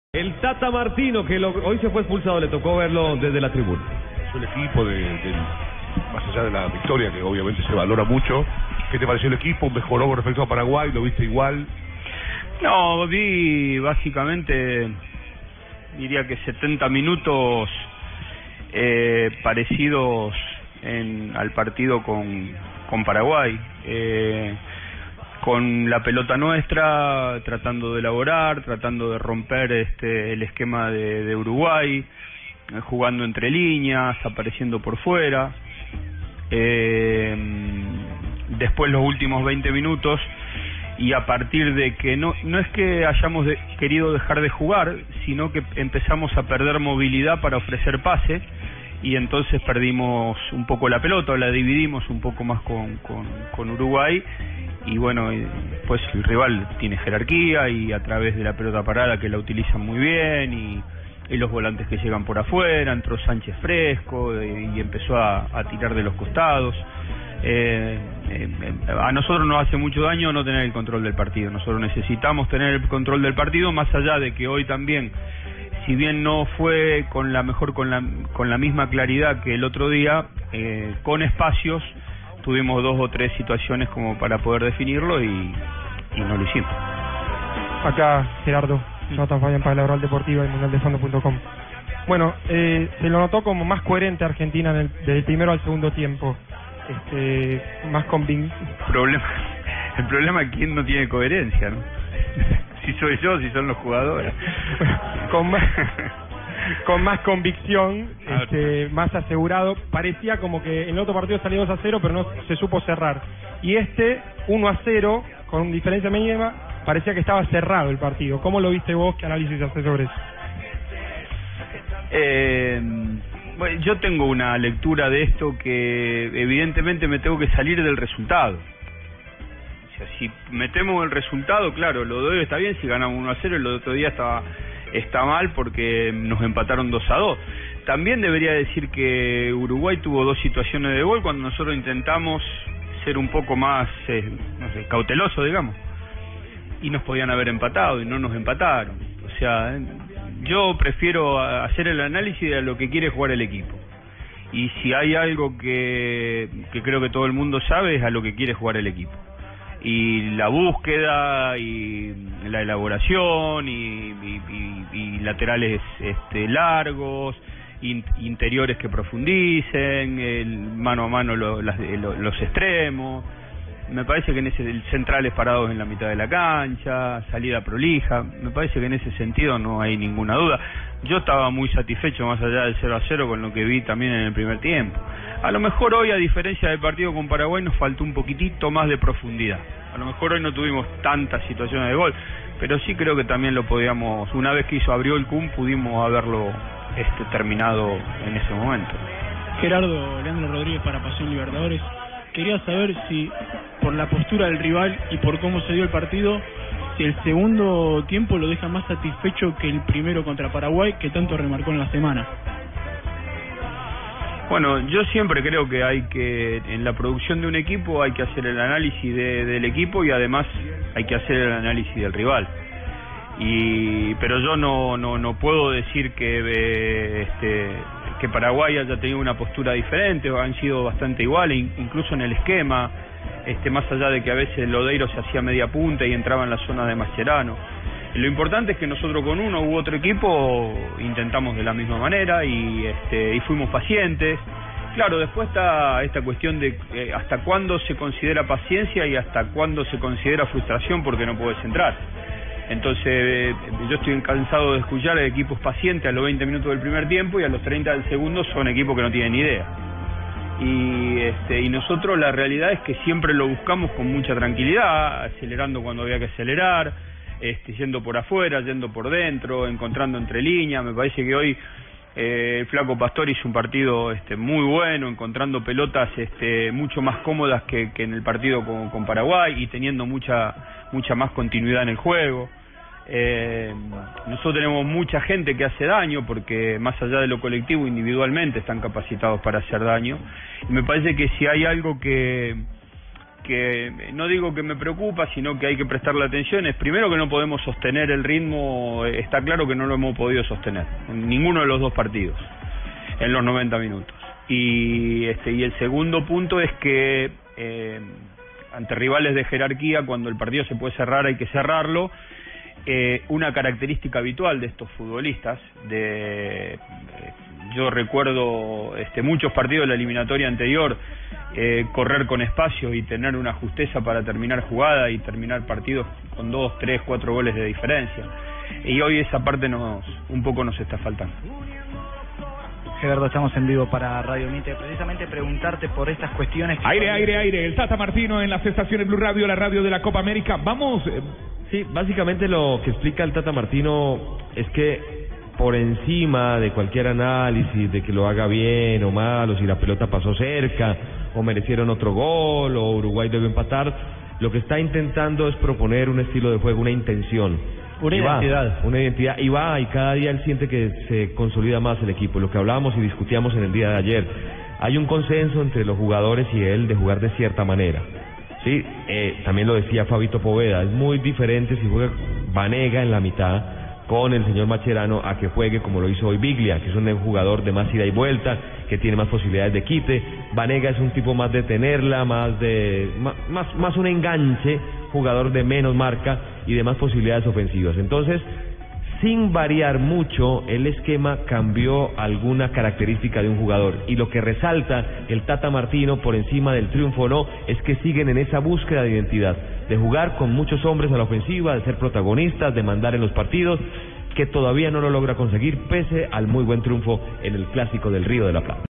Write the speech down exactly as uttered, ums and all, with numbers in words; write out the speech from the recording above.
El Tata Martino, que lo, hoy se fue expulsado, le tocó verlo desde la tribuna. El equipo, de, de, más allá de la victoria, que obviamente se valora mucho, ¿qué te pareció el equipo? ¿Mejoró con respecto a Paraguay? ¿Lo viste igual? No, vi básicamente, diría que setenta minutos eh, parecidos en, al partido con, con Paraguay. Eh, con la pelota nuestra, tratando de elaborar, tratando de romper este el esquema de, de Uruguay, eh, jugando entre líneas, apareciendo por fuera. Eh, después los últimos veinte minutos, y a partir de que no no es que hayamos de, querido dejar de jugar, sino que empezamos a perder movilidad para ofrecer pase, y entonces perdimos un poco la pelota, o la dividimos un poco más con, con, con Uruguay. Y bueno, pues el rival tiene jerarquía, y a través de la pelota parada, que la utilizan muy bien, y, y los volantes que llegan por afuera, entró Sánchez fresco y, y empezó a, a tirar de los costados. Eh, eh, a nosotros nos hace mucho daño no tener el control del partido. Nosotros necesitamos tener el control del partido, más allá de que hoy también, si bien no fue con la mejor con la con la misma claridad que el otro día, eh, con espacios tuvimos dos o tres situaciones como para poder definirlo, y, y no lo hicimos. Acá Gerardo, Jonathan Fabián para la Oral Deportiva y mundial de fondo punto com. Bueno, eh, se lo notó como más coherente Argentina en el, desde el primero al segundo tiempo, este, más convincente. Problema, el problema es quién no tiene coherencia, ¿no? Si soy yo, si son los jugadores. con más con más convicción, este, más asegurado. Parecía como que en el otro partido salió dos a cero, pero no se supo cerrar. Y este, uno a cero, con diferencia mínima, parecía que estaba cerrado el partido. ¿Cómo lo viste vos? ¿Qué análisis haces sobre eso? Eh, bueno, yo tengo una lectura de esto que evidentemente me tengo que salir del resultado. O sea, si metemos el resultado, claro, lo de hoy está bien si ganamos uno a cero, y lo de otro día estaba... está mal porque nos empataron dos a dos. También debería decir que Uruguay tuvo dos situaciones de gol cuando nosotros intentamos ser un poco más, eh, no sé, cautelosos, digamos, y nos podían haber empatado y no nos empataron. O sea, yo prefiero hacer el análisis de lo que quiere jugar el equipo, y si hay algo que, que creo que todo el mundo sabe, es a lo que quiere jugar el equipo. Y la búsqueda y la elaboración y, y, y, y laterales este, largos, in, interiores que profundicen, el mano a mano lo, las, lo, los extremos. Me parece que en ese el centrales parados en la mitad de la cancha, salida prolija. Me parece que en ese sentido no hay ninguna duda. Yo estaba muy satisfecho, más allá del cero a cero, con lo que vi también en el primer tiempo. A lo mejor hoy, a diferencia del partido con Paraguay, nos faltó un poquitito más de profundidad. A lo mejor hoy no tuvimos tantas situaciones de gol, pero sí creo que también lo podíamos, una vez que hizo abrió el C U M, pudimos haberlo este, terminado en ese momento. Gerardo, Leandro Rodríguez para Pasión Libertadores. Quería saber si, por la postura del rival y por cómo se dio el partido, si el segundo tiempo lo deja más satisfecho que el primero contra Paraguay, que tanto remarcó en la semana. Bueno, yo siempre creo que hay que, en la producción de un equipo, hay que hacer el análisis de, del equipo, y además hay que hacer el análisis del rival. Y pero yo no no no puedo decir que eh, este que Paraguay haya tenido una postura diferente, o han sido bastante iguales, incluso en el esquema, este más allá de que a veces Lodeiro se hacía media punta y entraba en la zona de Mascherano. Lo importante es que nosotros con uno u otro equipo intentamos de la misma manera, y este y fuimos pacientes. Claro, después está esta cuestión de eh, hasta cuándo se considera paciencia y hasta cuándo se considera frustración porque no puedes entrar. Entonces, eh, yo estoy cansado de escuchar a equipos pacientes a los veinte minutos del primer tiempo, y a los treinta del segundo son equipos que no tienen idea. Y este y nosotros la realidad es que siempre lo buscamos con mucha tranquilidad, acelerando cuando había que acelerar, este yendo por afuera, yendo por dentro, encontrando entre líneas. Me parece que hoy eh, el Flaco Pastor hizo un partido este muy bueno, encontrando pelotas este mucho más cómodas que, que en el partido con, con Paraguay, y teniendo mucha mucha más continuidad en el juego. Eh, nosotros tenemos mucha gente que hace daño, porque más allá de lo colectivo, individualmente están capacitados para hacer daño, y me parece que si hay algo que que no digo que me preocupa, sino que hay que prestarle atención, es primero que no podemos sostener el ritmo, está claro que no lo hemos podido sostener, en ninguno de los dos partidos, en los noventa minutos. Y este y el segundo punto es que eh, ante rivales de jerarquía, cuando el partido se puede cerrar hay que cerrarlo. Eh, una característica habitual de estos futbolistas, de eh, yo recuerdo este, muchos partidos de la eliminatoria anterior, eh, correr con espacio y tener una justeza para terminar jugada y terminar partidos con dos, tres, cuatro goles de diferencia. Y hoy esa parte nos un poco nos está faltando. Gerardo, estamos en vivo para Radio Mitre. Precisamente preguntarte por estas cuestiones. Que aire, son... aire, aire. El Tata Martino en las estaciones Blue Radio, la radio de la Copa América. Vamos. Eh... Sí, básicamente lo que explica el Tata Martino es que por encima de cualquier análisis de que lo haga bien o mal, o si la pelota pasó cerca, o merecieron otro gol, o Uruguay debe empatar, lo que está intentando es proponer un estilo de juego, una intención. Una y identidad. Va, una identidad, y va, y cada día él siente que se consolida más el equipo. Lo que hablábamos y discutíamos en el día de ayer, hay un consenso entre los jugadores y él de jugar de cierta manera. Sí, eh, también lo decía Fabito Poveda, es muy diferente si juega Vanega en la mitad con el señor Mascherano a que juegue como lo hizo hoy Biglia, que es un jugador de más ida y vuelta, que tiene más posibilidades de quite. Vanega es un tipo más de tenerla, más de más más, más un enganche, jugador de menos marca y de más posibilidades ofensivas. Entonces, sin variar mucho, el esquema cambió alguna característica de un jugador. Y lo que resalta el Tata Martino, por encima del triunfo o no, es que siguen en esa búsqueda de identidad, de jugar con muchos hombres a la ofensiva, de ser protagonistas, de mandar en los partidos, que todavía no lo logra conseguir, pese al muy buen triunfo en el Clásico del Río de la Plata.